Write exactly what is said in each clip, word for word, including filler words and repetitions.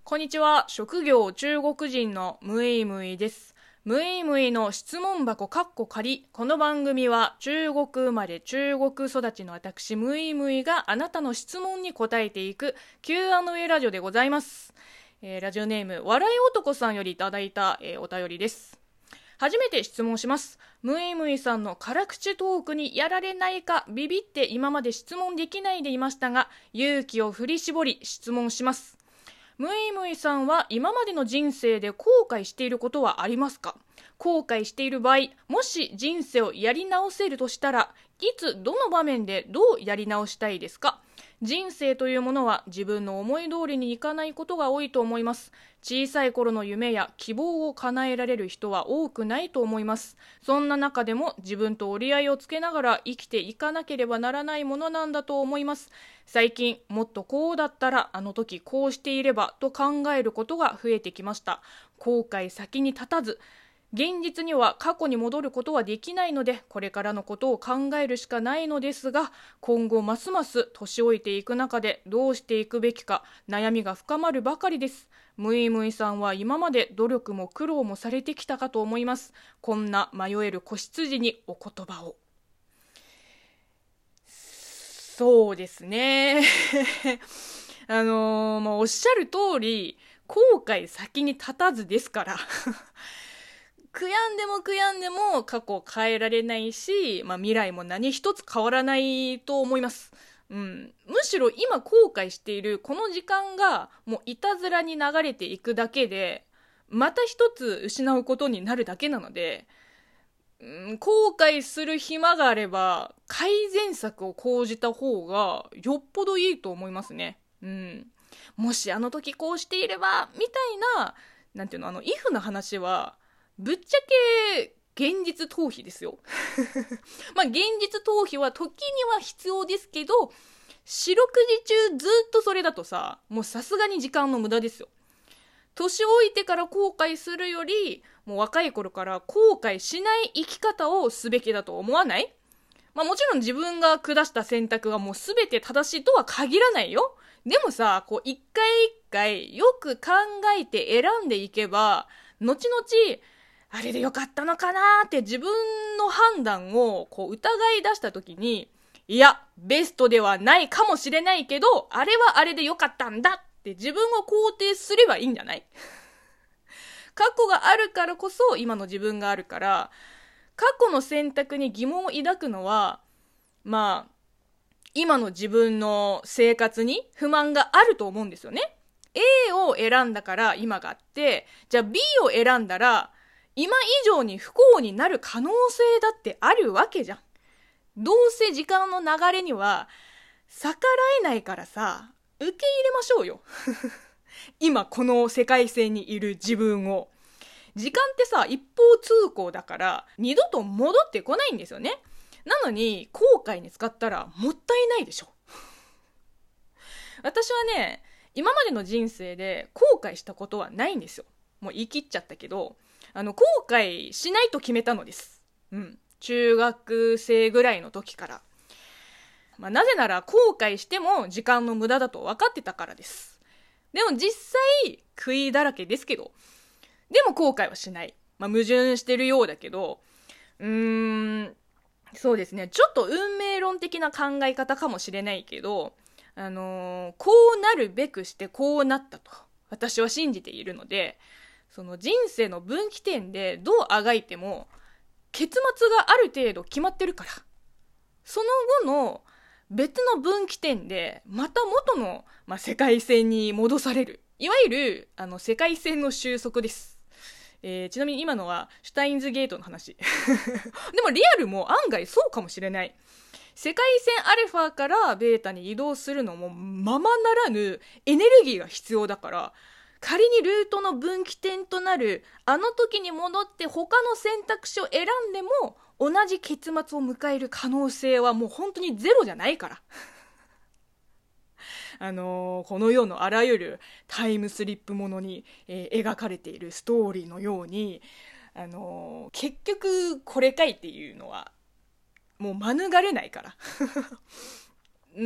こんにちは。職業中国人のムイムイです。ムイムイの質問箱かっこ仮。この番組は中国生まれ中国育ちの私ムイムイがあなたの質問に答えていく キューアンドエー ラジオでございます。えー、ラジオネーム笑い男さんよりいただいた、えー、お便りです。初めて質問します。ムイムイさんの辛口トークにやられないかビビって今まで質問できないでいましたが、勇気を振り絞り質問します。ムイムイさんは今までの人生で後悔していることはありますか？後悔している場合、もし人生をやり直せるとしたら、いつどの場面でどうやり直したいですか？人生というものは自分の思い通りにいかないことが多いと思います。小さい頃の夢や希望を叶えられる人は多くないと思います。そんな中でも自分と折り合いをつけながら生きていかなければならないものなんだと思います。最近もっとこうだったら、あの時こうしていればと考えることが増えてきました。後悔先に立たず、現実には過去に戻ることはできないので、これからのことを考えるしかないのですが、今後ますます年老いていく中でどうしていくべきか悩みが深まるばかりです。ムイムイさんは今まで努力も苦労もされてきたかと思います。こんな迷える子羊にお言葉を。そうですねあのーまあ、おっしゃる通り後悔先に立たずですから悔やんでも悔やんでも過去を変えられないし、まあ、未来も何一つ変わらないと思います、うん、むしろ今後悔しているこの時間がもういたずらに流れていくだけでまた一つ失うことになるだけなので、うん、後悔する暇があれば改善策を講じた方がよっぽどいいと思いますね、うん、もしあの時こうしていればみたいな、なんていうの、あのイフの話はぶっちゃけ現実逃避ですよまあ現実逃避は時には必要ですけど、四六時中ずっとそれだとさ、もうさすがに時間の無駄ですよ。年老いてから後悔するより、もう若い頃から後悔しない生き方をすべきだと思わない？まあもちろん自分が下した選択がもう全て正しいとは限らないよ。でもさ、こう一回一回よく考えて選んでいけば、後々あれでよかったのかなって自分の判断をこう疑い出した時に、いやベストではないかもしれないけど、あれはあれでよかったんだって自分を肯定すればいいんじゃない？過去があるからこそ今の自分があるから、過去の選択に疑問を抱くのは、まあ今の自分の生活に不満があると思うんですよね。 A を選んだから今があって、じゃあ B を選んだら今以上に不幸になる可能性だってあるわけじゃん。どうせ時間の流れには逆らえないからさ、受け入れましょうよ今この世界線にいる自分を。時間ってさ、一方通行だから二度と戻ってこないんですよね。なのに後悔に使ったらもったいないでしょ私はね、今までの人生で後悔したことはないんですよ。もう言い切っちゃったけど、あの後悔しないと決めたのです。うん、中学生ぐらいの時から。まあ、なぜなら後悔しても時間の無駄だと分かってたからです。でも実際悔いだらけですけど、でも後悔はしない。まあ、矛盾してるようだけど、うーん、そうですね。ちょっと運命論的な考え方かもしれないけど、あのー、こうなるべくしてこうなったと私は信じているので、その人生の分岐点でどうあがいても結末がある程度決まってるから、その後の別の分岐点でまた元の、まあ、世界線に戻される、いわゆるあの世界線の収束です。えー、ちなみに今のはシュタインズゲートの話でもリアルも案外そうかもしれない。世界線アルファからベータに移動するのもままならぬエネルギーが必要だから、仮にルートの分岐点となるあの時に戻って他の選択肢を選んでも同じ結末を迎える可能性はもう本当にゼロじゃないからあのー、この世のあらゆるタイムスリップものに、えー、描かれているストーリーのように、あのー、結局これかいっていうのはもう免れないからうん、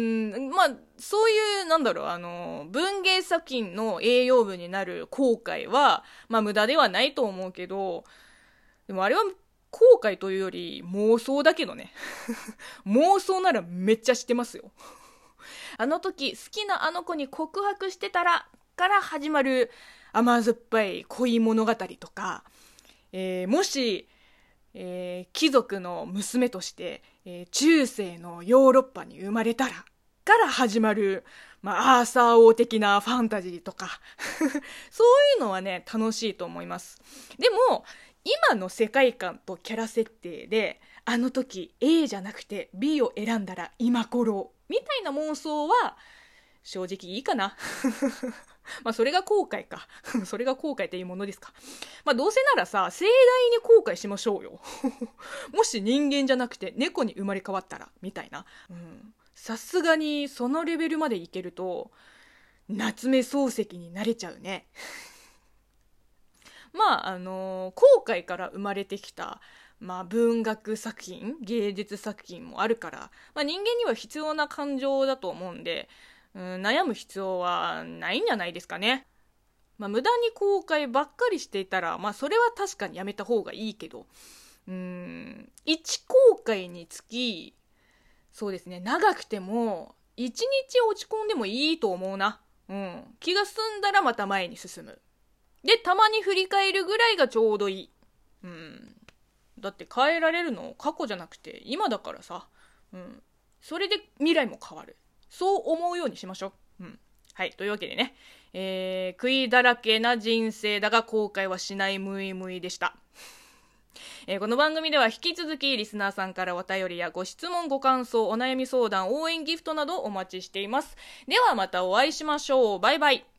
まあ、そういう、なんだろう、あの、文芸作品の栄養分になる後悔は、まあ、無駄ではないと思うけど、でもあれは後悔というより妄想だけどね。妄想ならめっちゃしてますよ。あの時、好きなあの子に告白してたら、から始まる甘酸っぱい恋物語とか、えー、もし、えー、貴族の娘として、えー、中世のヨーロッパに生まれたらから始まる、まあ、アーサー王的なファンタジーとかそういうのはね楽しいと思います。でも今の世界観とキャラ設定であの時 A じゃなくて B を選んだら今頃みたいな妄想は正直いいかなまあそれが後悔かそれが後悔というものですか。まあどうせならさ盛大に後悔しましょうよもし人間じゃなくて猫に生まれ変わったらみたいな。さすがにそのレベルまでいけると夏目漱石になれちゃうねまああのー、後悔から生まれてきたまあ文学作品芸術作品もあるから、まあ、人間には必要な感情だと思うんでうん、悩む必要はないんじゃないですかね。まあ、無駄に後悔ばっかりしていたら、まあ、それは確かにやめた方がいいけど、うーん、一後悔につき、そうですね、長くても、一日落ち込んでもいいと思うな。うん。気が済んだらまた前に進む。で、たまに振り返るぐらいがちょうどいい。うん。だって変えられるの過去じゃなくて今だからさ。うん。それで未来も変わる。そう思うようにしましょう。うん。はい。というわけでね、えー、悔いだらけな人生だが後悔はしないムイムイでした。えー、この番組では引き続きリスナーさんからお便りやご質問ご感想お悩み相談応援ギフトなどお待ちしています。ではまたお会いしましょう。バイバイ。